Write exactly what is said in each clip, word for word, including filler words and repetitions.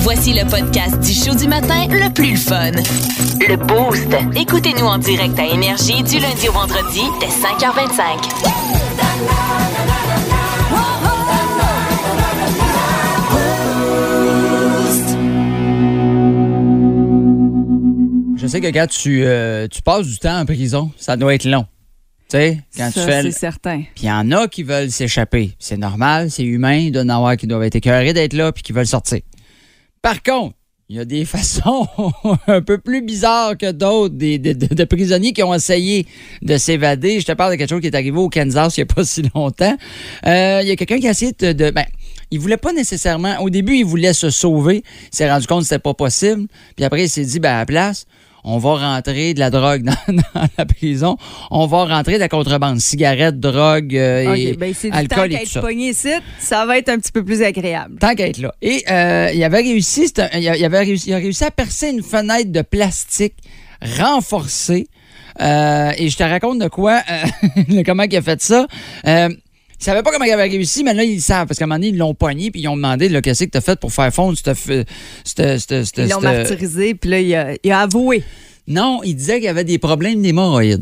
Voici le podcast du show du matin le plus fun. Le Boost. Écoutez-nous en direct à Énergie du lundi au vendredi dès cinq heures vingt-cinq. Je sais que quand tu, euh, tu passes du temps en prison, ça doit être long. Tu sais, quand ça, tu fais. c'est certain. Puis il y en a qui veulent s'échapper. C'est normal, c'est humain. Il doit y en avoir qui doivent être écœurés d'être là puis qui veulent sortir. Par contre, il y a des façons un peu plus bizarres que d'autres, des, de, de, de prisonniers qui ont essayé de s'évader. Je te parle de quelque chose qui est arrivé au Kansas il n'y a pas si longtemps. Euh, il y a quelqu'un qui a essayé de... de ben, il voulait pas nécessairement... Au début, il voulait se sauver. Il s'est rendu compte que c'était pas possible. Puis après, il s'est dit, ben à la place... on va rentrer de la drogue dans, dans la prison. On va rentrer de la contrebande. Cigarettes, drogue euh, okay, et ben c'est alcool du et temps tout qu'à ça. être pogné ici, ça va être un petit peu plus agréable. Tant qu'à être là. Et euh, il avait réussi, un, il avait réussi, il a réussi à percer une fenêtre de plastique renforcée. Euh, et je te raconte de quoi, euh, comment il a fait ça. Euh, Ils ne savaient pas comment il avait réussi, mais là, ils le savent. Parce qu'à un moment donné, ils l'ont pogné puis ils ont demandé là, qu'est-ce que tu as fait pour faire fondre cette... cette, cette, cette ils l'ont cette... martyrisé, puis là, il a, il a avoué. Non, il disait qu'il y avait des problèmes d'hémorroïdes.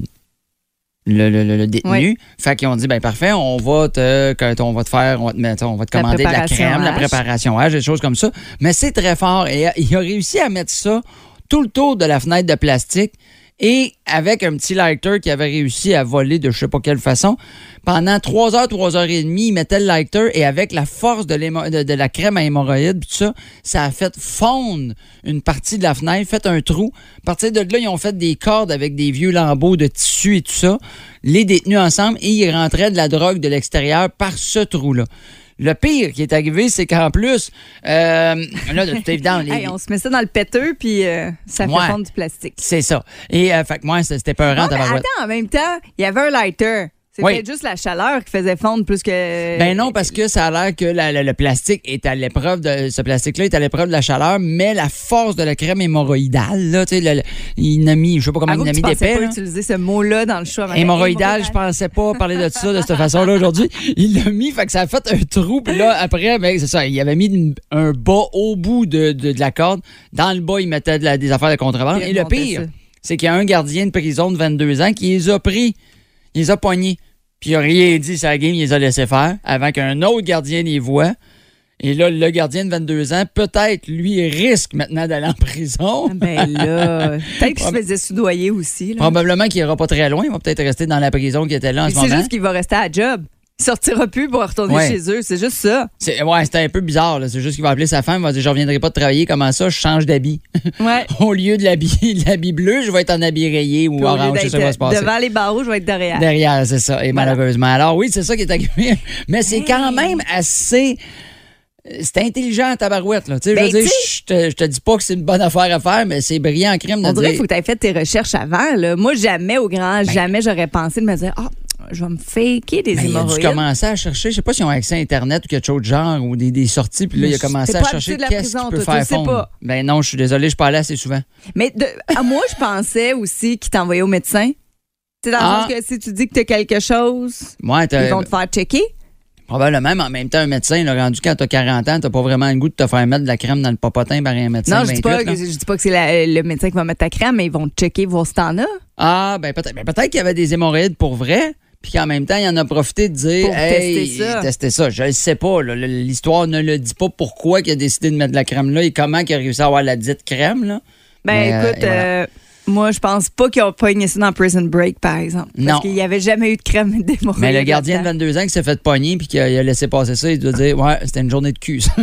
Le, le, le, le détenu. Oui. Fait qu'ils ont dit, ben parfait, on va te, quand on va te faire, on va te, mettre, on va te commander de la crème, de la préparation H, des choses comme ça. Mais c'est très fort. Et il a réussi à mettre ça tout le tour de la fenêtre de plastique. Et avec un petit lighter qu'il avait réussi à voler de je sais pas quelle façon, pendant trois heures, trois heures et demie, il mettait le lighter et avec la force de, de, de la crème à hémorroïdes, tout ça, ça a fait fondre une partie de la fenêtre, fait un trou. À partir de là, ils ont fait des cordes avec des vieux lambeaux de tissu et tout ça, les détenus ensemble, et ils rentraient de la drogue de l'extérieur par ce trou-là. Le pire qui est arrivé, c'est qu'en plus, euh, là, de toute évidence... Les... Hey, on se met ça dans le péteux, puis euh, ça fait ouais, fondre du plastique. C'est ça. Et, euh, fait que moi, c'était peurant. Non, attends, en même temps, il y avait un lighter. C'est oui. peut-être juste la chaleur qui faisait fondre plus que... Ben non, parce que ça a l'air que la, la, le plastique est à l'épreuve de... Ce plastique-là est à l'épreuve de la chaleur, mais la force de la crème hémorroïdale, là, tu sais, le, le, il n'a mis... Je sais pas comment Avoue il n'a mis d'épais. Je pensais pas là. utiliser ce mot-là dans le show. Hémorroïdale, je pensais pas parler de ça de cette façon-là aujourd'hui. Il l'a mis, fait que ça a fait un trou, puis là, après, ben, c'est ça, il avait mis une, un bas au bout de, de, de la corde. Dans le bas, il mettait de la, des affaires de contrebande. Et le pire, ça. c'est qu'il y a un gardien de prison de vingt-deux ans qui les a pris, il les a poignés. Puis il n'a rien dit sur la game, il les a laissés faire avant qu'un autre gardien les voie. Et là, le gardien de vingt-deux ans, peut-être, lui, risque maintenant d'aller en prison. Ah ben là, peut-être qu'il se faisait soudoyer aussi. Là. Probablement qu'il n'ira pas très loin. Il va peut-être rester dans la prison qui était là en Mais ce moment. C'est juste qu'il va rester à la job. Il sortira plus pour retourner ouais. chez eux. C'est juste ça. C'est, ouais, c'était un peu bizarre. Là. C'est juste qu'il va appeler sa femme. Il va dire, je reviendrai pas de travailler. Comment ça? Je change d'habit. Ouais. Au lieu de l'habit, de l'habit bleu, je vais être en habit rayé ou orange. Je sais pas ce qui va se passer. Devant les barreaux, je vais être derrière. Derrière, c'est ça. Et voilà. Malheureusement. Alors oui, c'est ça qui est arrivé. Mais c'est quand même assez... C'est intelligent à tabarouette. Là. Ben, je veux dire, je te, je te dis pas que c'est une bonne affaire à faire, mais c'est brillant en crime de on dire... dirait qu'il faut que tu aies fait tes recherches avant. Là. Moi, jamais au grand, ben, jamais j'aurais pensé de me dire... Oh, je vais me faker des ben, hémorroïdes. Il a dû commencer à chercher, je sais pas s'ils ont accès à Internet ou quelque chose de genre, ou des, des sorties, puis là, il a commencé à chercher qu'est-ce qui peut toi, faire fondre. Pas. Ben non, je suis désolé, je suis pas allé assez souvent. Mais de, à moi, je pensais aussi qu'ils t'envoyaient au médecin. Tu sais, dans ah. le sens que si tu dis que tu as quelque chose, ouais, ils vont te faire checker. Probablement, mais en même temps, un médecin, là, rendu quand t'as quarante ans, t'as pas vraiment le goût de te faire mettre de la crème dans le popotin par un médecin. Non, je dis pas, que, je dis pas que c'est la, le médecin qui va mettre ta crème, mais ils vont te checker, voir si t'en as. Ah, ben peut-être. Ben, peut-être qu'il y avait des hémorroïdes pour vrai. Puis qu'en même temps, il en a profité de dire pour hey, tester ça. tester ça. Je ne sais pas. Là, l'histoire ne le dit pas pourquoi il a décidé de mettre de la crème là et comment il a réussi à avoir la dite crème. Là. Ben Mais, écoute, euh, voilà. moi, je pense pas qu'ils ont pogné ça dans Prison Break, par exemple. Non. Parce qu'il n'y avait jamais eu de crème d'hémorroïdes. Mais le gardien de vingt-deux ans qui s'est fait pogner puis qui a, a laissé passer ça, il doit dire ouais, c'était une journée de cul, ça.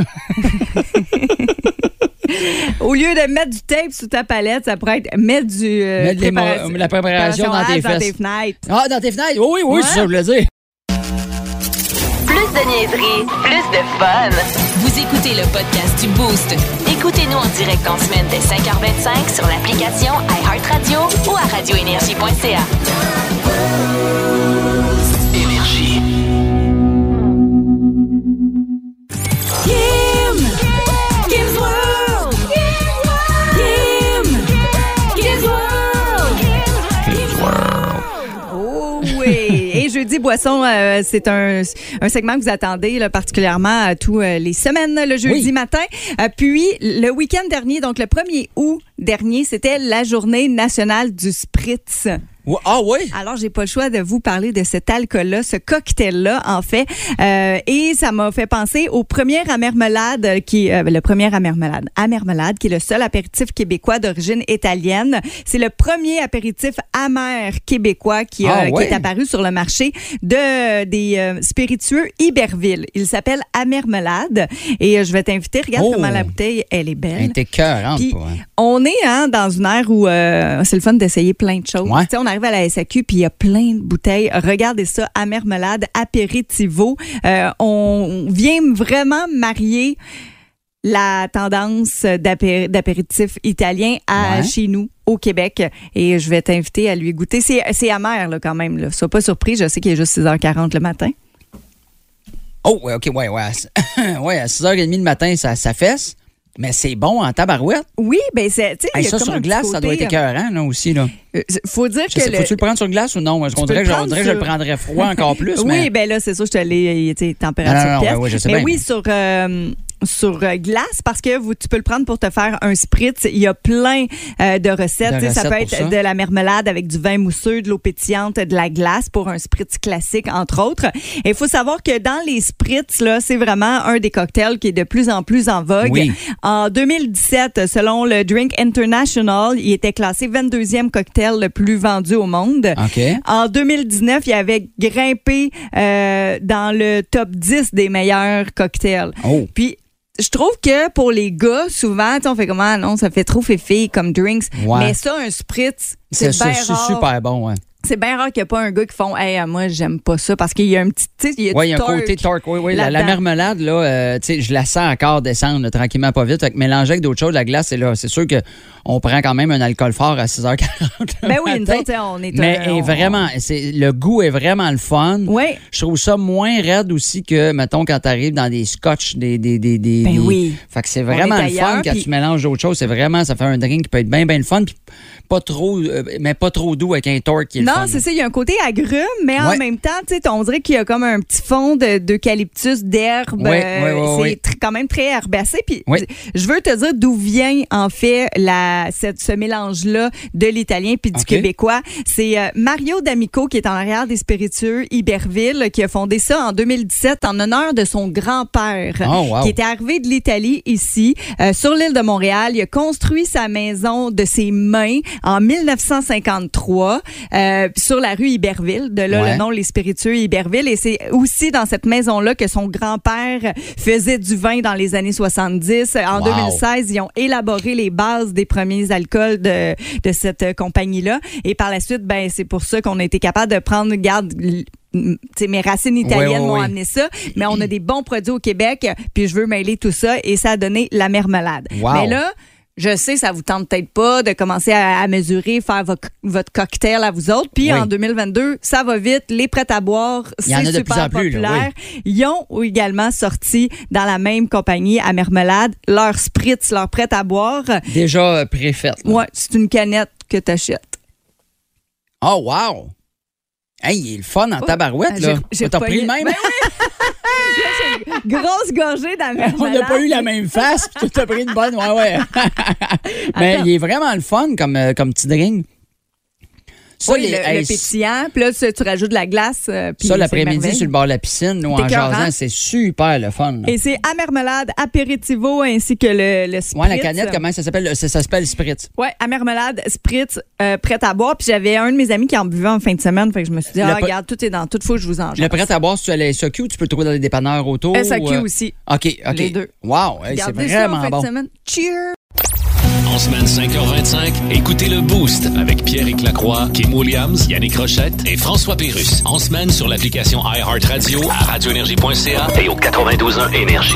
Au lieu de mettre du tape sous ta palette, ça pourrait être mettre du euh, mettre préparation, la préparation dans tes fesses. Dans tes fenêtres. Ah, dans tes fenêtres? Oui, oui, oui, ouais. C'est ça que je voulais dire. Plus de niaiserie, plus de fun. Vous écoutez le podcast du Boost. Écoutez-nous en direct en semaine dès cinq heures vingt-cinq sur l'application iHeartRadio ou à radio énergie point c a. Énergie. Jeudi, boissons, euh, c'est un, un segment que vous attendez là, particulièrement à tous euh, les semaines, le jeudi oui. matin. Euh, puis, le week-end dernier, donc le premier août dernier, c'était la journée nationale du Spritz. Ah oui? Alors, j'ai pas le choix de vous parler de cet alcool-là, ce cocktail-là, en fait. Euh, et ça m'a fait penser au premier amermelade, qui euh, le premier amermelade, amermelade, qui est le seul apéritif québécois d'origine italienne. C'est le premier apéritif amer québécois qui, ah, euh, ouais. qui est apparu sur le marché de des euh, spiritueux Iberville. Il s'appelle Amermelade. Et euh, je vais t'inviter, regarde oh. comment la bouteille, elle est belle. Elle était cœurante, Puis, hein. On est hein, dans une ère où euh, c'est le fun d'essayer plein de choses. Ouais. On arrive à la S A Q puis il y a plein de bouteilles. Regardez ça, Amermelade Aperitivo. Euh, on vient vraiment marier la tendance d'apé- d'apéritif italien à ouais. chez nous au Québec et je vais t'inviter à lui goûter. C'est, c'est amer là, quand même. Là. Sois pas surpris, je sais qu'il est juste six heures quarante le matin. Oh, OK, ouais, ouais. ouais, à six heures trente le matin, ça, ça fesse. Mais c'est bon en tabarouette. Oui, bien, c'est. Tu sais, hey, ça sur glace, côté, ça doit être écœurant, là aussi. Là. Euh, faut dire je que. Sais, le... Faut-tu le prendre sur glace ou non? Parce qu'on dirait, que, on dirait sur... que je le prendrais froid encore plus. oui, mais... bien là, c'est ça, je te l'ai, tu sais, température non, non, non, pièce. ouais, ouais, je sais mais bien. oui, sur. Euh, sur glace parce que vous, tu peux le prendre pour te faire un spritz. Il y a plein euh, de recettes. De recettes ça peut être ça. De la marmelade avec du vin mousseux, de l'eau pétillante, de la glace pour un spritz classique, entre autres. Et il faut savoir que dans les spritz, là, c'est vraiment un des cocktails qui est de plus en plus en vogue. Oui. En deux mille dix-sept, selon le Drink International, il était classé vingt-deuxième cocktail le plus vendu au monde. Okay. En deux mille dix-neuf, il avait grimpé euh, dans le top dix des meilleurs cocktails. Oh. Puis, je trouve que pour les gars, souvent, on fait comment? Non, ça fait trop féfé comme drinks. Ouais. Mais ça, un spritz, c'est, c'est bien c'est rare. super bon, ouais. C'est bien rare qu'il n'y ait pas un gars qui font hey, moi, j'aime pas ça parce qu'il y a un petit. Tu sais, il y a ouais, du il y a un côté torque. Oui, oui. La, la marmelade, là, euh, tu sais, je la sens encore descendre là, tranquillement, pas vite. Fait que mélanger avec d'autres choses, la glace, c'est là. C'est sûr qu'on prend quand même un alcool fort à six heures quarante. Ben oui, nous autres, on est. Mais un, on... vraiment, c'est, le goût est vraiment le fun. Oui. Je trouve ça moins raide aussi que, mettons, quand tu arrives dans des scotch, des. des, des, des ben des... oui. Fait que c'est vraiment le fun quand pis... tu mélanges d'autres choses. C'est vraiment, ça fait un drink qui peut être bien, bien le fun. Puis pas trop, euh, mais pas trop doux avec un torque qui est non, le fun. Non, c'est ça. Il y a un côté agrume, mais en ouais. même temps, tu sais, on dirait qu'il y a comme un petit fond de, d'eucalyptus, d'herbe. Oui, oui, oui, c'est oui. tr- quand même très herbacé. Puis oui. je veux te dire d'où vient, en fait, la, cette, ce mélange-là de l'italien puis du okay. québécois. C'est euh, Mario D'Amico qui est en arrière des spiritueux Iberville qui a fondé ça en deux mille dix-sept en honneur de son grand-père oh, wow. qui était arrivé de l'Italie ici, euh, sur l'île de Montréal. Il a construit sa maison de ses mains en dix-neuf cent cinquante-trois euh, sur la rue Iberville. De là, ouais. le nom, les spiritueux Iberville. Et c'est aussi dans cette maison-là que son grand-père faisait du vin dans les années soixante-dix. En wow. deux mille seize, ils ont élaboré les bases des premiers alcools de, de cette compagnie-là. Et par la suite, ben c'est pour ça qu'on a été capable de prendre, garde, t'sais, mes racines italiennes oui, oui, m'ont oui. amené ça, mais on a des bons produits au Québec, puis je veux mêler tout ça, et ça a donné la marmelade. Wow. Mais là, je sais, ça vous tente peut-être pas de commencer à, à mesurer, faire vo- votre cocktail à vous autres. Puis oui. en deux mille vingt-deux, ça va vite. Les prêts à boire, c'est super de plus populaire. Là, oui. Ils ont également sorti dans la même compagnie à Marmelade leur spritz, leur prêt à boire. Déjà euh, préfaite. Oui, c'est une canette que tu achètes. Oh, wow! Hey, il est le fun en oh, tabarouette, là. J'ai, j'ai T'as pris le même? Ben oui. Là, j'ai grosse gorgée dans la On n'a pas eu la même face, puis tu as pris une bonne, ouais, ouais. Mais il est vraiment le fun comme, euh, comme petit drink. Ça, oui, les, le, hey, le pétillant, puis là, tu, tu rajoutes de la glace. Euh, ça, l'après-midi, sur le bord de la piscine, nous, en jasant, c'est super le fun. Là. Et c'est Amermelade, Aperitivo, ainsi que le, le Spritz. Oui, la canette, comment ça s'appelle? Ça, ça s'appelle Spritz. Oui, Amermelade, Spritz, euh, prêt à boire. Puis j'avais un de mes amis qui en buvait en fin de semaine, fait que je me suis dit, ah, p- regarde, tout est dans tout, faut que je vous en jase. Le prêt à boire, si tu as la S A Q ou tu peux le trouver dans les dépanneurs autour? S A Q ou, euh... aussi. OK, OK. Les deux. Wow, hey, c'est vraiment ça en fin bon. De semaine. Cheers! En semaine cinq heures vingt-cinq, écoutez le Boost avec Pierre-Éric Lacroix, Kim Williams, Yannick Rochette et François Pérusse. En semaine sur l'application iHeartRadio, à radio énergie point c a et au quatre-vingt-douze point un Énergie.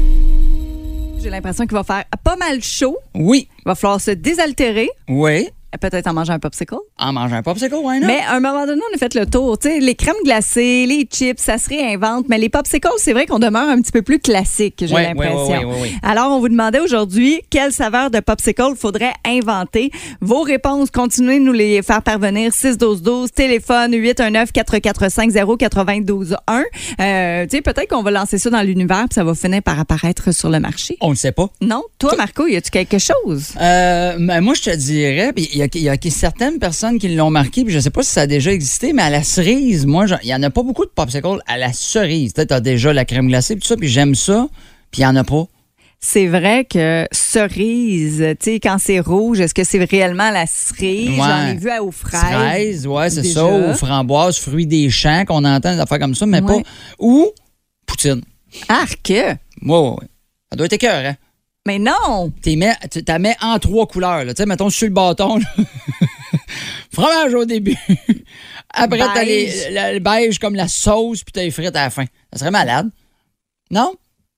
J'ai l'impression qu'il va faire pas mal chaud. Oui. Il va falloir se désaltérer. Oui. Peut-être en mangeant un popsicle. En mangeant un popsicle, ouais, non? Mais à un moment donné, on a fait le tour. Tu sais, les crèmes glacées, les chips, ça se réinvente. Mais les popsicles, c'est vrai qu'on demeure un petit peu plus classique, j'ai ouais, l'impression. Ouais, ouais, ouais, ouais. Alors, on vous demandait aujourd'hui quelle saveur de popsicle faudrait inventer. Vos réponses, continuez de nous les faire parvenir. six douze douze, téléphone huit un neuf, quatre quatre cinq, zéro neuf deux un. Euh, tu sais, peut-être qu'on va lancer ça dans l'univers puis ça va finir par apparaître sur le marché. On ne sait pas. Non? Toi, Marco, y a-tu quelque chose? Euh, moi, je te dirais, il y a, y a certaines personnes qui l'ont marqué, puis je sais pas si ça a déjà existé, mais à la cerise, moi, il y en a pas beaucoup de popsicles à la cerise. Tu as déjà la crème glacée, puis tout ça, puis j'aime ça, puis il y en a pas. C'est vrai que cerise, tu sais, quand c'est rouge, est-ce que c'est réellement la cerise? Ouais. J'en ai vu à aux fraises. Fraises, ouais, c'est déjà. ça, aux framboises, fruits des champs, qu'on entend des affaires comme ça, mais ouais. pas. Ou poutine. Arc! Ouais, ouais, ouais. Ça doit être écœurant. Mais non! Tu la mets en trois couleurs. Tu sais, mettons sur le bâton. Fromage au début. Après, beige. T'as les, le beige comme la sauce, puis t'as les frites à la fin. Ça serait malade. Non?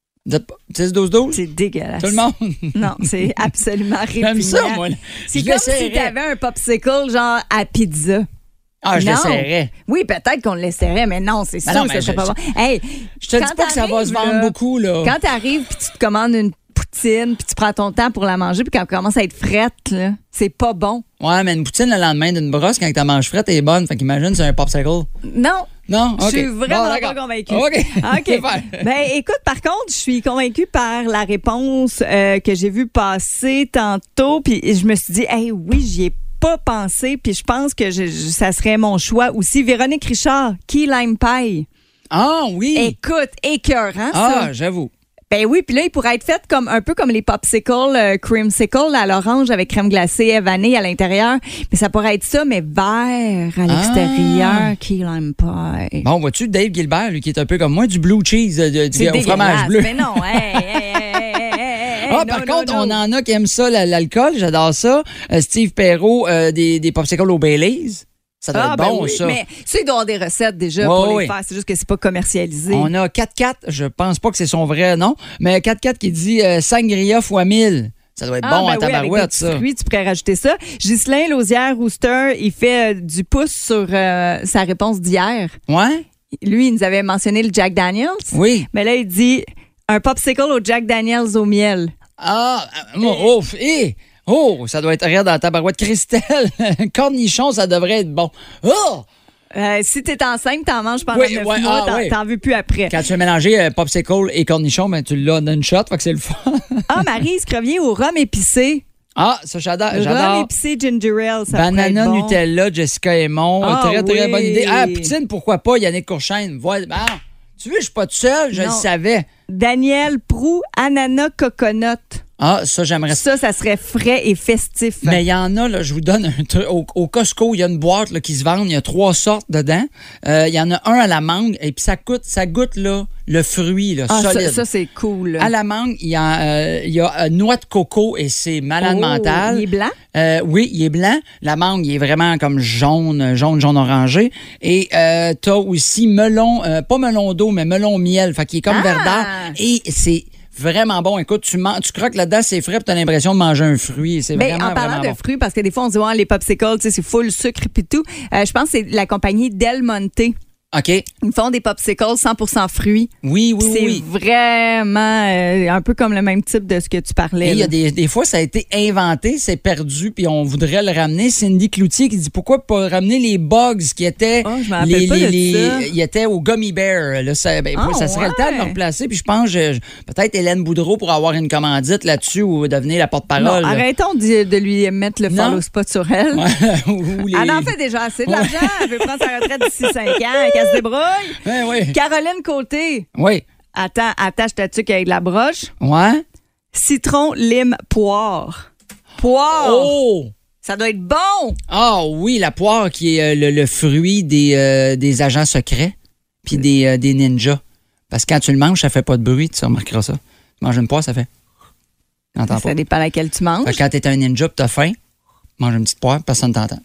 six douze douze? C'est dégueulasse. Tout le monde? Non, c'est absolument répugnant. J'aime ça, moi. C'est je comme si t'avais un popsicle genre à pizza. Ah, je non. l'essaierais. Oui, peut-être qu'on l'essaierait, mais non, c'est sûr que c'est pas bon. Hey, je te dis pas que ça va se vendre là, beaucoup, là. Quand t'arrives puis tu te commandes une poutine puis tu prends ton temps pour la manger puis quand elle commence à être frette, là, c'est pas bon. Ouais, mais une poutine le lendemain d'une brosse, quand tu la manges frette, elle est bonne. Fait qu'imagine, c'est un popsicle. Non. Non? Okay. Je suis vraiment bon, pas convaincue. OK. OK. Ben, écoute, par contre, je suis convaincue par la réponse euh, que j'ai vue passer tantôt. Puis je me suis dit, hey, oui, j'y ai pas pensé. Puis je pense que je, je, ça serait mon choix aussi. Véronique Richard, Key Lime Pie. Ah, oui. Écoute, écœurant, ah, ça. Ah, j'avoue. Ben oui, puis là, il pourrait être fait comme un peu comme les popsicles euh, creamsicle à l'orange avec crème glacée vanille à l'intérieur. Mais ça pourrait être ça, mais vert à l'extérieur. Ah. Key Lime Pie. Bon, vois-tu, Dave Gilbert, lui, qui est un peu comme moi, du blue cheese, euh, du, au fromage bleu. Mais non, hey, hey, hey, hey, hey, hey, Ah, non, par non, contre, non. on en a qui aiment ça, l'alcool, j'adore ça. Euh, Steve Perrault, euh, des, des popsicles au Baileys. Ça doit ah, être ben bon, oui, ça. Mais ça, il doit y avoir des recettes déjà oh, pour oui. les faire. C'est juste que c'est pas commercialisé. On a quatre quatre, je pense pas que c'est son vrai nom, mais quatre quatre qui dit euh, sangria fois mille. Ça doit être ah, bon ben en tabarouette, oui, avec des ça. Fruits, tu pourrais rajouter ça. Ghislain Lausière-Rooster, il fait euh, du pouce sur euh, sa réponse d'hier. Ouais? Lui, il nous avait mentionné le Jack Daniels. Oui. Mais là, il dit un popsicle au Jack Daniels au miel. Ah, oh, oh, hé! Oh, ça doit être raide dans la tabarouette. Christelle, cornichon, ça devrait être bon. Oh! Euh, si t'es enceinte, t'en manges pendant oui, neuf ouais, mois, ah, t'en, oui. t'en veux plus après. Quand tu as mélangé euh, popsicle et cornichon, ben, tu l'as d'une shot, fait que c'est le fun. Ah, Maryse Crevier au rhum épicé. Ah, ça, j'adore. Le j'adore. rhum épicé ginger ale, ça Banana, bon. Nutella, Jessica Aymon. Ah, très, très oui. bonne idée. Ah, poutine, pourquoi pas? Yannick Courchaine. Voilà. Bon, tu vois, je suis pas tout seul, je non. le savais. Daniel Proux, ananas coconut. Ah, ça, j'aimerais ça. Ça, ça serait frais et festif. Mais il y en a, là, je vous donne un truc. Au, au Costco, il y a une boîte là, qui se vend. Il y a trois sortes dedans. Euh, il y en a un à la mangue et puis ça coûte, ça goûte là, le fruit là, ah, solide. Ça, ça c'est cool. À la mangue, il y a, euh, il y a euh, noix de coco et c'est malade oh, mental. Il est blanc? Euh, oui, il est blanc. La mangue, il est vraiment comme jaune, jaune, jaune orangé. Et euh, t'as aussi melon, euh, pas melon d'eau, mais melon miel. Fait qu'il est comme ah! verdâtre. Et c'est vraiment bon. Écoute, tu, man- tu croques là-dedans, c'est frais, puis t'as l'impression de manger un fruit. C'est ben, vraiment, en parlant vraiment de bon. fruits, parce que des fois, on se dit, ouais, les popsicles, c'est full sucre et tout. Euh, je pense que c'est la compagnie Del Monte. OK. Ils font des popsicles cent pour cent fruits. Oui, oui, c'est oui. vraiment euh, un peu comme le même type de ce que tu parlais. Il y a des, des fois, ça a été inventé, c'est perdu, puis on voudrait le ramener. Cindy Cloutier qui dit pourquoi pas ramener les bugs qui étaient. Oh, je me rappelle les, pas les, de les, ça. Ils étaient au Gummy Bear. Là, ça ben, oh, ça serait ouais. le temps de le replacer. Puis je pense, je, peut-être Hélène Boudreau pour avoir une commandite là-dessus ou devenir la porte-parole. Non, là. arrêtons de, de lui mettre le follow spot sur elle. Ouais, ou les... Elle en fait déjà assez de l'argent. Elle veut prendre sa retraite d'ici cinq ans. Qu'elle se débrouille. Ouais, ouais. Caroline Côté. Oui. Attends, attache ta tuque avec de la broche. Ouais. Citron, lime, poire. Poire. Oh! Ça doit être bon. Ah oui, la poire qui est euh, le, le fruit des, euh, des agents secrets puis des, euh, des ninjas. Parce que quand tu le manges, ça fait pas de bruit, tu remarqueras ça. Tu manges une poire, ça fait... T'entends Ça pas. dépend laquelle tu manges. Fait que quand t'es un ninja pis t'as faim, mange une petite poire, personne t'entend.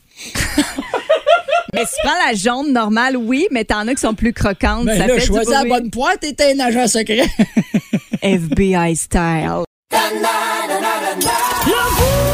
Mais si tu prends la jaune normale, oui, mais t'en as qui sont plus croquantes. Ben ça là, fait choisis du la bruit. bonne poire, t'es un agent secret. F B I style.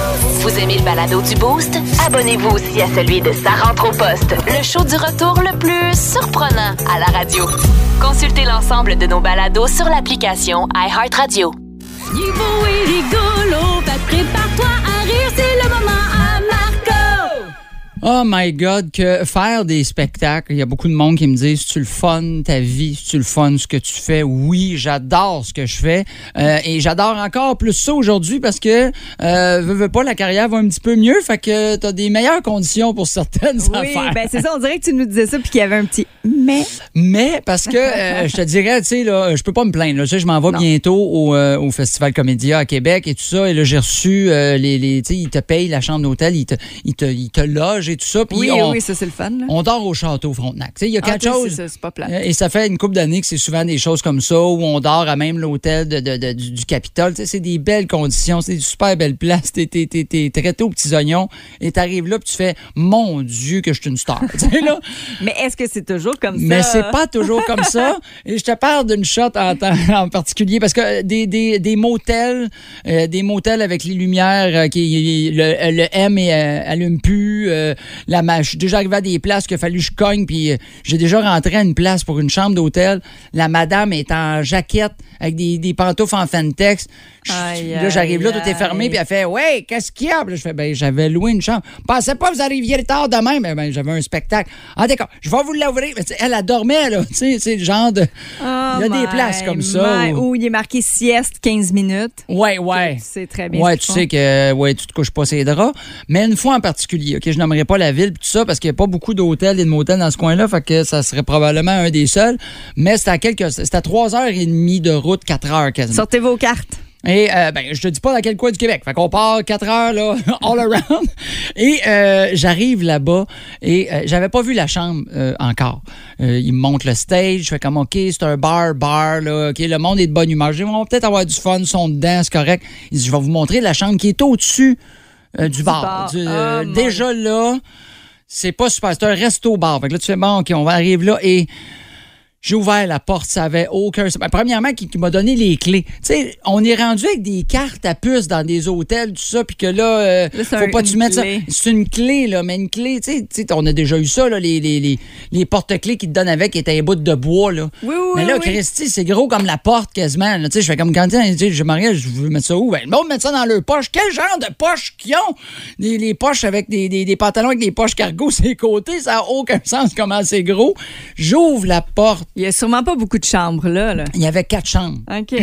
Vous aimez le balado du Boost? Abonnez-vous aussi à celui de Sa rentre au poste, le show du retour le plus surprenant à la radio. Consultez l'ensemble de nos balados sur l'application iHeartRadio. Il est beau et rigolo, fait prépare-toi à rire, c'est le moment à Marco! Oh my God, que faire des spectacles, il y a beaucoup de monde qui me disent, c'est-tu le fun ta vie, c'est-tu le fun ce que tu fais? Oui, j'adore ce que je fais euh, et j'adore encore plus ça aujourd'hui parce que, euh, veux, veux pas, la carrière va un petit peu mieux, fait que t'as des meilleures conditions pour certaines oui, affaires. Oui, ben c'est ça, on dirait que tu nous disais ça puis qu'il y avait un petit mais. Mais, parce que, euh, je te dirais, tu sais, là, je peux pas me plaindre, là, tu sais, je m'en vais non. bientôt au, euh, au Festival Comédia à Québec et tout ça, et là, j'ai reçu euh, les, les tu sais, ils te payent la chambre d'hôtel, ils te, ils te, ils te logent et tout ça. Oui, on, oui, ça, c'est le fun. Là. On dort au château Frontenac. Il y a quelque ah, chose. C'est ça, c'est pas plat. Et ça fait une couple d'années que c'est souvent des choses comme ça, où on dort à même l'hôtel de, de, de, du, du Capitole. T'sais, c'est des belles conditions, c'est des super belles places. T'es, t'es, t'es, t'es traité aux petits oignons et t'arrives là, puis tu fais, mon Dieu, que je suis une star. Là. Mais est-ce que c'est toujours comme ça? Mais c'est pas toujours comme ça. Et je te parle d'une shot en, en particulier, parce que des, des, des motels, euh, des motels avec les lumières, euh, qui le, le M et, euh, allume plus, euh, la je suis déjà arrivé à des places qu'il a fallu que je cogne, puis euh, j'ai déjà rentré à une place pour une chambre d'hôtel. La madame est en jaquette avec des, des pantoufles en Fentex. Aïe, là, j'arrive là, tout est fermé, puis elle fait « Ouais, qu'est-ce qu'il y a? » Puis là, je fais « Ben, j'avais loué une chambre. Pensez pas que vous arriviez tard demain. » Mais ben, j'avais un spectacle. Ah, d'accord, je vais vous l'ouvrir. Elle, elle dormait, là. Tu sais, c'est le genre de. Oh, il y a des places comme ça. Où... où il est marqué sieste quinze minutes. Ouais, ouais. C'est très bien. Ouais, tu sais que ouais, tu te couches pas ses draps. Mais une fois en particulier, OK, je nommerai pas la ville, tout ça, parce qu'il n'y a pas beaucoup d'hôtels et de motels dans ce coin-là, fait que ça serait probablement un des seuls. Mais c'était à quelques. C'était à trois heures trente de route, quatre heures quasiment. Sortez vos cartes. Et euh, ben, je te dis pas dans quel coin du Québec. Fait qu'on part quatre heures, là, all around. Et euh, j'arrive là-bas et euh, j'avais pas vu la chambre euh, encore. Euh, il me montre le stage. Je fais comme, OK, c'est un bar, bar, là. OK, le monde est de bonne humeur. Je dis, on va peut-être avoir du fun, son dedans, c'est correct. Il dit, je vais vous montrer la chambre qui est au-dessus euh, du, du bar. bar. Du, euh, oh, déjà là, c'est pas super. C'est un resto-bar. Fait que là, tu fais, bon, OK, on va arriver là et... J'ai ouvert la porte, ça avait aucun... Ben, premièrement, qui, qui m'a donné les clés. Tu sais, on est rendu avec des cartes à puce dans des hôtels, tout ça, puis que là, euh, là faut pas tu mettre ça. C'est une clé, là, mais une clé, tu sais, on a déjà eu ça, là, les, les, les, les porte-clés qui te donnent avec, qui étaient un bout de bois, là. Oui, oui, mais là, oui. Christy, c'est gros comme la porte, quasiment. Tu sais, je fais comme quand je Marie, je veux mettre ça où? Ben, le monde met ça dans leur poche. Quel genre de poche qu'ils ont? Les, les poches avec des, des, des pantalons avec des poches cargo sur les côtés, ça n'a aucun sens comment c'est gros. J'ouvre la porte. Il y a sûrement pas beaucoup de chambres, là. là. Il y avait quatre chambres. OK.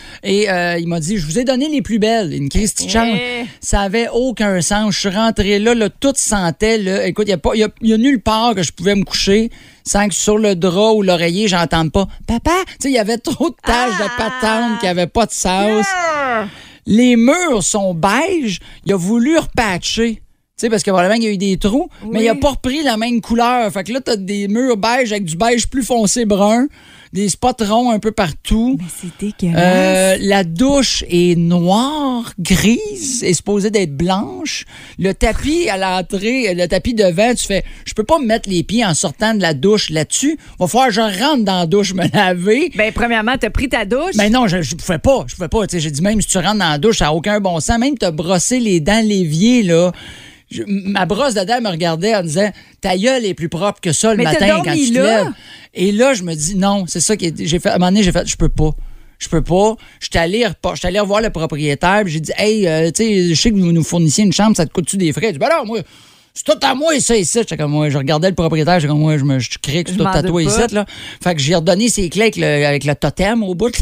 Et euh, il m'a dit, je vous ai donné les plus belles. Une Christie de chambre. Eh. Ça avait aucun sens. Je suis rentré là, là tout sentait. Là. Écoute, il n'y a, a, a nulle part que je pouvais me coucher sans que sur le drap ou l'oreiller, j'entende pas « Papa! » Tu sais, il y avait trop de taches ah! de patente qui n'avaient pas de sens. Yeah! Les murs sont beige. Il a voulu repatcher. Tu sais, parce que probablement, il y a eu des trous, oui. mais il n'a pas repris la même couleur. Fait que là, tu as des murs beige avec du beige plus foncé brun, des spots ronds un peu partout. Mais c'est dégueulasse. Euh, la douche est noire, grise, est supposée d'être blanche. Le tapis à l'entrée, le tapis devant, tu fais, je peux pas me mettre les pieds en sortant de la douche là-dessus. Va falloir que je rentre dans la douche me laver. Ben, premièrement, t'as pris ta douche? Ben non, je, je pouvais pas. Je pouvais pas. Tu sais, j'ai dit, même si tu rentres dans la douche, ça n'a aucun bon sens. Même t'as brossé les dents l'évier, là. Je, ma brosse de dents me regardait en disant ta gueule est plus propre que ça le mais matin quand tu te là? lèves. Et là, je me dis non, c'est ça que j'ai fait. À un moment donné, j'ai fait je peux pas. Je peux pas. Je suis allé, allé revoir le propriétaire. J'ai dit hey, euh, tu sais, je sais que vous nous fournissiez une chambre, ça te coûte-tu des frais? Il dit ben non, moi. C'est tout à moi, ça, ici. J'étais comme, moi, je regardais le propriétaire, j'étais comme, moi, je me je crée que c'est tout à toi, ici, là. Fait que j'ai redonné ses clés avec le, avec le totem au bout.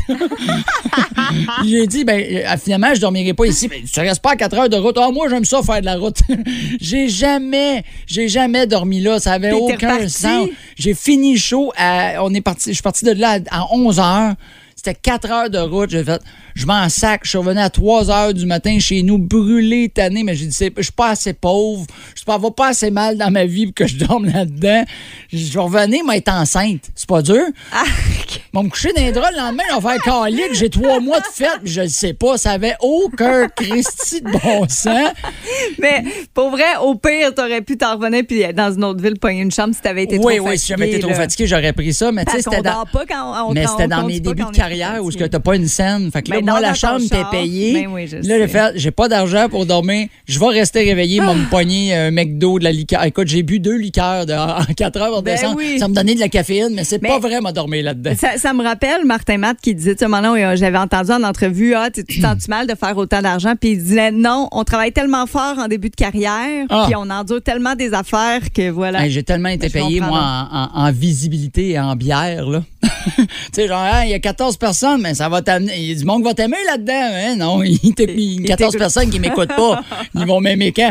J'ai dit, ben, finalement, je dormirai pas ici. Ben, tu restes pas à quatre heures de route. Ah, oh, moi, j'aime ça faire de la route. j'ai jamais, j'ai jamais dormi là. Ça avait aucun sens. J'ai fini le show à, on est parti, je suis parti de là à, à onze heures. C'était quatre heures de route. J'ai fait, je m'en sac. Je suis revenu à trois heures du matin chez nous, brûlé, tanné. Mais j'ai dit, je suis pas assez pauvre. Je ne va pas assez mal dans ma vie pour que je dorme là-dedans. Je vais revenir, mais être enceinte. C'est pas dur. Ah, okay. Ils vont me coucher dans les draps le lendemain. Je vais faire calique. J'ai trois mois de fête. Je ne sais pas. Ça avait aucun Christy de bon sens. Mais pour vrai, au pire, tu aurais pu t'en revenir puis dans une autre ville pogner une chambre si tu avais été oui, trop oui, fatigué. Oui, oui, si j'avais été trop là. fatigué, j'aurais pris ça. Mais Parce c'était qu'on dans, dort pas quand on mais c'était dans mes débuts de carrière où tu n'as pas une scène. Fait que là, Ben, moi, dans la ton chambre t'es char. payée. Ben oui, je là, sais. j'ai fait, j'ai pas d'argent pour dormir. Je vais rester réveillé, mon poignet, un McDo, de la liqueur. Écoute, j'ai bu deux liqueurs de, en quatre heures pour Ben descendre. oui. Ça me donnait de la caféine, mais c'est Mais- pas vrai, m'a dormi là-dedans. Ça, ça me rappelle Martin Matt qui disait, tu sais, maintenant, j'avais entendu en entrevue, ah, tu tu te sens-tu mal de faire autant d'argent? Puis il disait, non, on travaille tellement fort en début de carrière, Ah. puis on endure tellement des affaires que voilà. Hey, j'ai tellement été Ben, je payé, comprends, moi, en, en- en visibilité et en bière, là. tu sais, genre, hein, il y a quatorze personnes, mais ça va t'amener. Il y a du monde qui va t'aimer là-dedans. Hein? Non, il y a Il quatorze t'écoute. personnes qui m'écoutent pas. Ils vont m'aimer quand?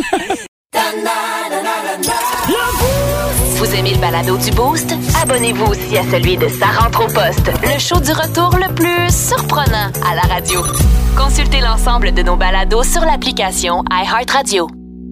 Vous aimez le balado du Boost? Abonnez-vous aussi à celui de Sa rentre au poste, le show du retour le plus surprenant à la radio. Consultez l'ensemble de nos balados sur l'application iHeartRadio.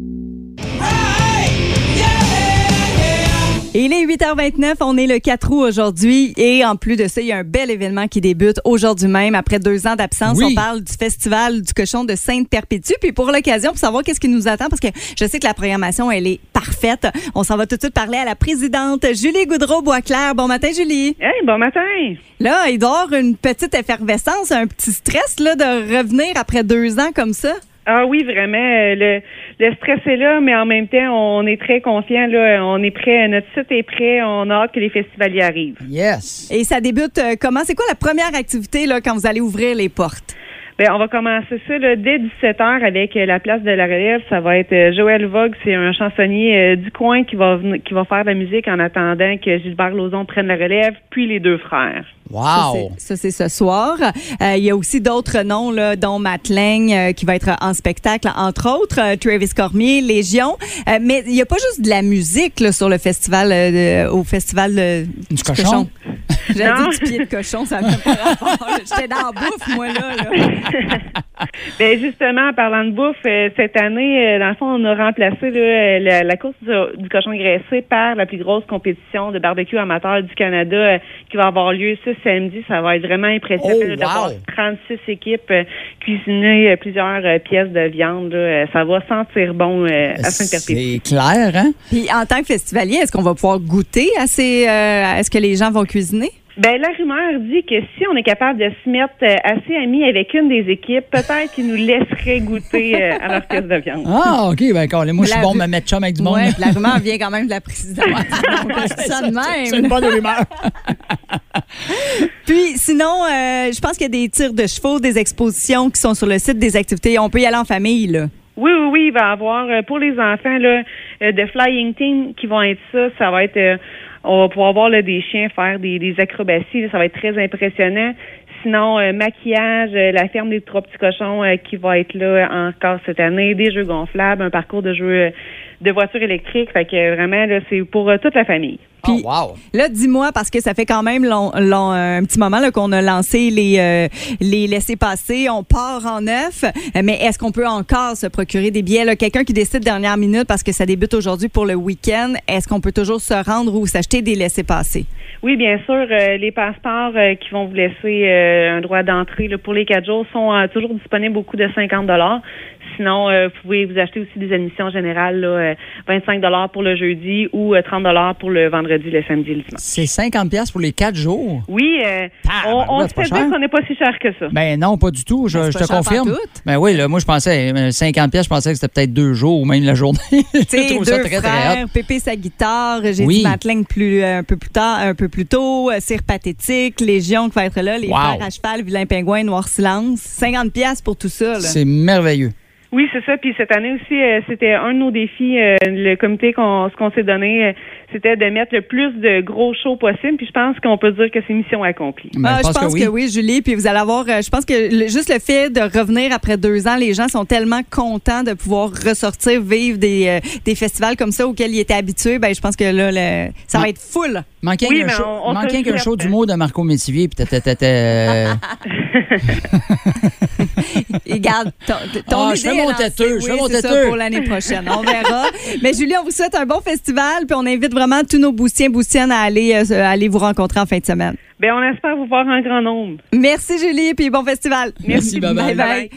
Et il est huit heures vingt-neuf, on est le quatre août aujourd'hui et en plus de ça, il y a un bel événement qui débute aujourd'hui même. Après deux ans d'absence, Oui. on parle du Festival du cochon de Sainte-Perpétue. Puis pour l'occasion, pour savoir qu'est-ce qui nous attend, parce que je sais que la programmation, elle est parfaite, on s'en va tout de suite parler à la présidente Julie Goudreau-Boisclair. Bon matin, Julie. Hey, bon matin! Là, il doit y avoir une petite effervescence, un petit stress là, de revenir après deux ans comme ça. Ah oui, vraiment, euh, le, le stress est là, mais en même temps, on est très confiant, là, on est prêt, notre site est prêt, on a hâte que les festivaliers arrivent. Yes. Et ça débute euh, comment? C'est quoi la première activité là, quand vous allez ouvrir les portes? Ben, on va commencer ça là, dès dix-sept heures avec euh, la place de la relève. Ça va être euh, Joël Vogue, c'est un chansonnier euh, du coin qui va venir- qui va faire de la musique en attendant que Gilbert Lauzon prenne la relève, puis les deux frères. Ça, Wow. c'est- Ça, c'est ce soir. Euh, Il y a aussi d'autres noms, là, dont Matt Lang, euh, qui va être en spectacle, entre autres, euh, Travis Cormier, Légion. Euh, mais il n'y a pas juste de la musique là, sur le festival, euh, de- au festival euh, Du cochon. J'avais Non. dit du pied de cochon, ça n'a pas rapport. là. J'étais dans la bouffe, moi, là. là. Ben justement, en parlant de bouffe, euh, cette année, euh, dans le fond, on a remplacé là, euh, la, la course du, du cochon graissé par la plus grosse compétition de barbecue amateur du Canada euh, qui va avoir lieu ce samedi. Ça va être vraiment impressionnant Oh, là, d'avoir wow. trente-six équipes euh, cuisiner euh, plusieurs euh, pièces de viande. Là. Euh, Ça va sentir bon euh, à Sainte-Perpétue. C'est clair, hein? Puis en tant que festivalier, est-ce qu'on va pouvoir goûter à ces, euh, à ce que les gens vont cuisiner? Ben, la rumeur dit que si on est capable de se mettre euh, assez amis avec une des équipes, peut-être qu'ils nous laisseraient goûter euh, à leur pièce de viande. Ah, OK, ben, quand moi, je suis La bon ru- de me mettre chum avec du monde. Oui, la rumeur vient quand même de la présidente. Donc, je dis ça de même. C'est une bonne rumeur. Puis sinon, euh, je pense qu'il y a des tirs de chevaux, des expositions qui sont sur le site des activités. On peut y aller en famille, là. Oui, oui, oui, il va y avoir euh, pour les enfants là, euh, de Flying Team qui vont être ça. Ça va être, euh, on va pouvoir voir là, des chiens faire des, des acrobaties. Là, ça va être très impressionnant. Sinon, euh, maquillage, euh, la ferme des trois petits cochons euh, qui va être là encore cette année, des jeux gonflables, un parcours de jeux euh, de voitures électriques. Fait que euh, vraiment, là, c'est pour euh, toute la famille. Puis, oh, wow. Là, dis-moi, parce que ça fait quand même long, long- un petit moment là, qu'on a lancé les, euh, les laissés-passer. On part en neuf. Euh, Mais est-ce qu'on peut encore se procurer des billets? là? Quelqu'un qui décide dernière minute parce que ça débute aujourd'hui pour le week-end, est-ce qu'on peut toujours se rendre ou s'acheter des laissés-passer? Oui, bien sûr, euh, les passeports euh, qui vont vous laisser euh, un droit d'entrée là, pour les quatre jours sont euh, toujours disponibles au coût de cinquante dollars. Sinon, euh, vous pouvez vous acheter aussi des admissions générales, là, euh, vingt-cinq dollars pour le jeudi ou euh, trente dollars pour le vendredi, le samedi et le dimanche. C'est cinquante dollars pour les quatre jours. Oui, euh, Ah, on, ben, on ouais, se c'est pas fait dire cher. qu'on n'est pas si cher que ça. Ben non, pas du tout. Je, Ben, c'est je pas te cher confirme. pantoute. Ben oui, là, moi, je pensais euh, cinquante dollars, je pensais que c'était peut-être deux jours ou même la journée. Tu je sais, trouve deux ça très, très frères, hot. Pépé sa guitare, j'ai Oui. dit Matling plus, euh, un peu plus tard, un peu plus tôt, euh, Cire pathétique, Légion qui va être là, les Wow. frères à cheval, Vilain pingouin, Noir silence. cinquante pièces pour tout ça. Là. C'est merveilleux. Oui, c'est ça. Puis cette année aussi, euh, c'était un de nos défis. euh, le comité, qu'on, ce qu'on s'est donné, euh, c'était de mettre le plus de gros shows possible. Puis je pense qu'on peut dire que c'est mission accomplie. Ben, Ah, je pense, que, oui. Julie. Puis vous allez avoir, euh, je pense que le- juste le fait de revenir après deux ans, les gens sont tellement contents de pouvoir ressortir, vivre des, euh, des festivals comme ça auxquels ils étaient habitués. Ben, je pense que là, le- ça va être full. Manquait Oui, un mais show, on- on manquait se le qu'un show souhaite. d'humour de Marco Métivier. Puis t'étais- t'étais, euh, Et garde ton, ton Ah, idée je fais est mon lancée. têteux, je Oui, fais mon c'est ça têteux. pour l'année prochaine. On verra. Mais Julie, on vous souhaite un bon festival. Puis on invite vraiment tous nos boostiens, boostiennes à aller, euh, à aller vous rencontrer en fin de semaine. Ben, on espère vous voir en grand nombre. Merci Julie, puis bon festival. Merci, bye-bye. Bye bye.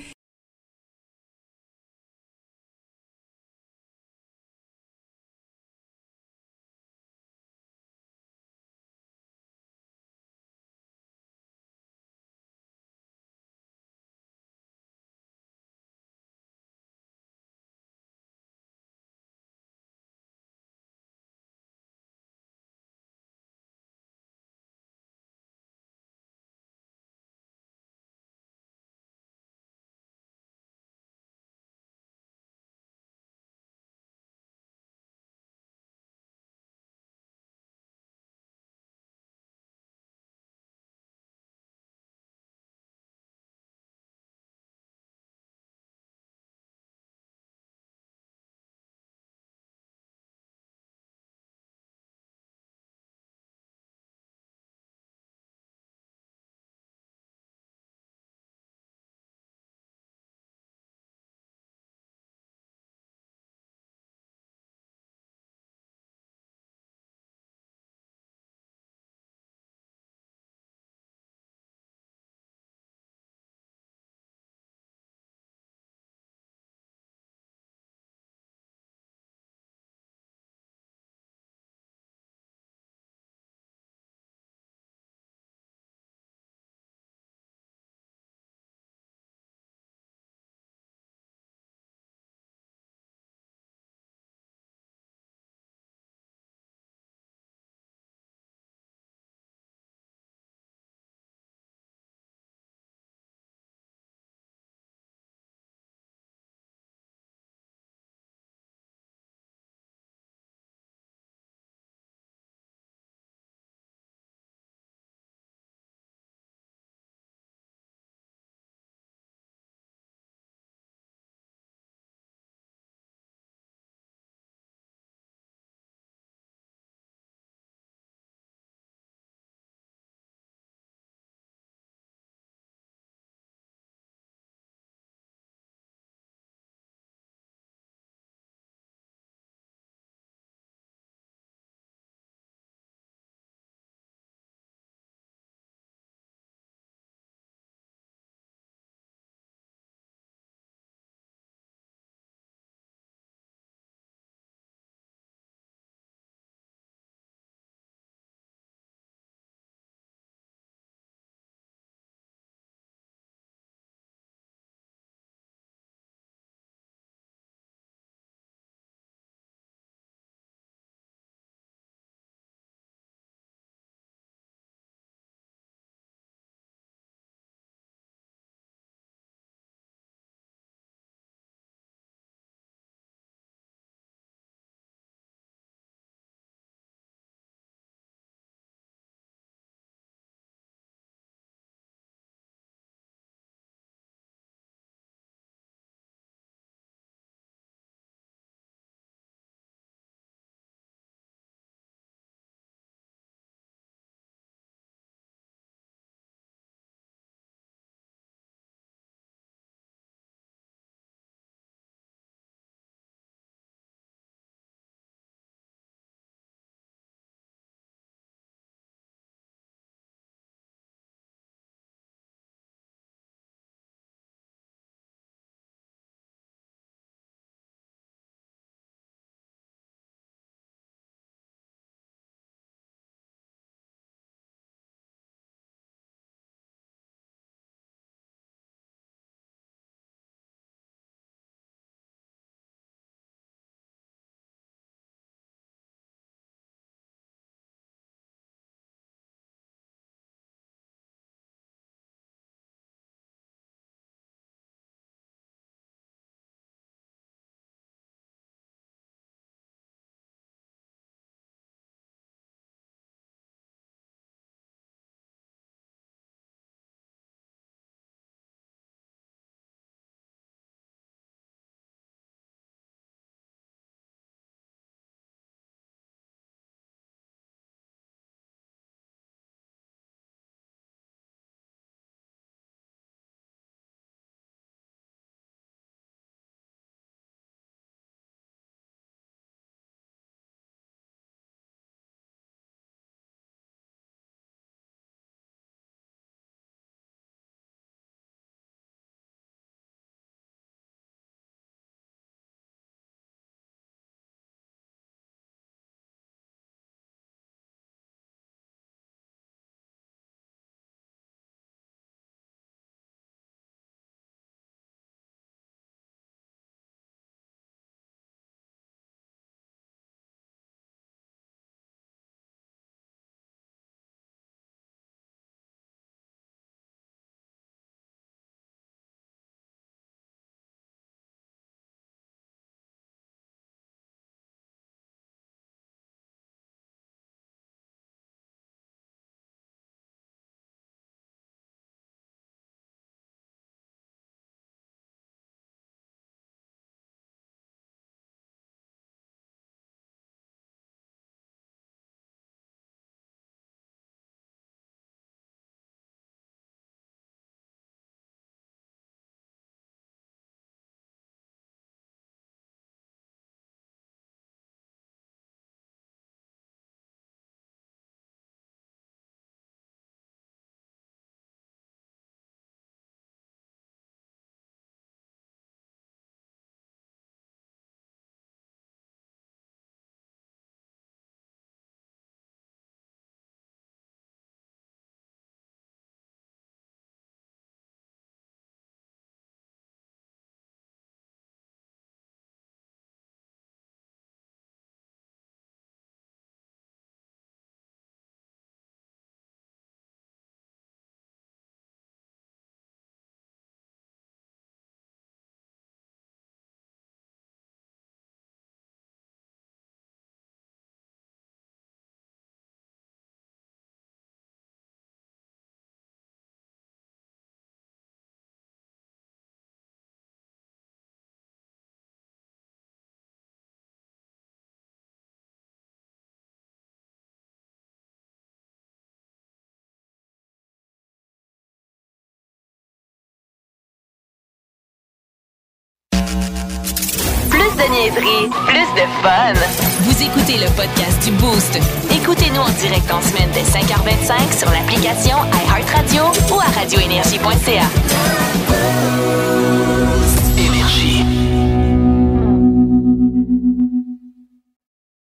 niaiserie, plus de fun. Vous écoutez le podcast du Boost. Écoutez-nous en direct en semaine dès cinq heures vingt-cinq sur l'application iHeartRadio ou à radio énergie point c a.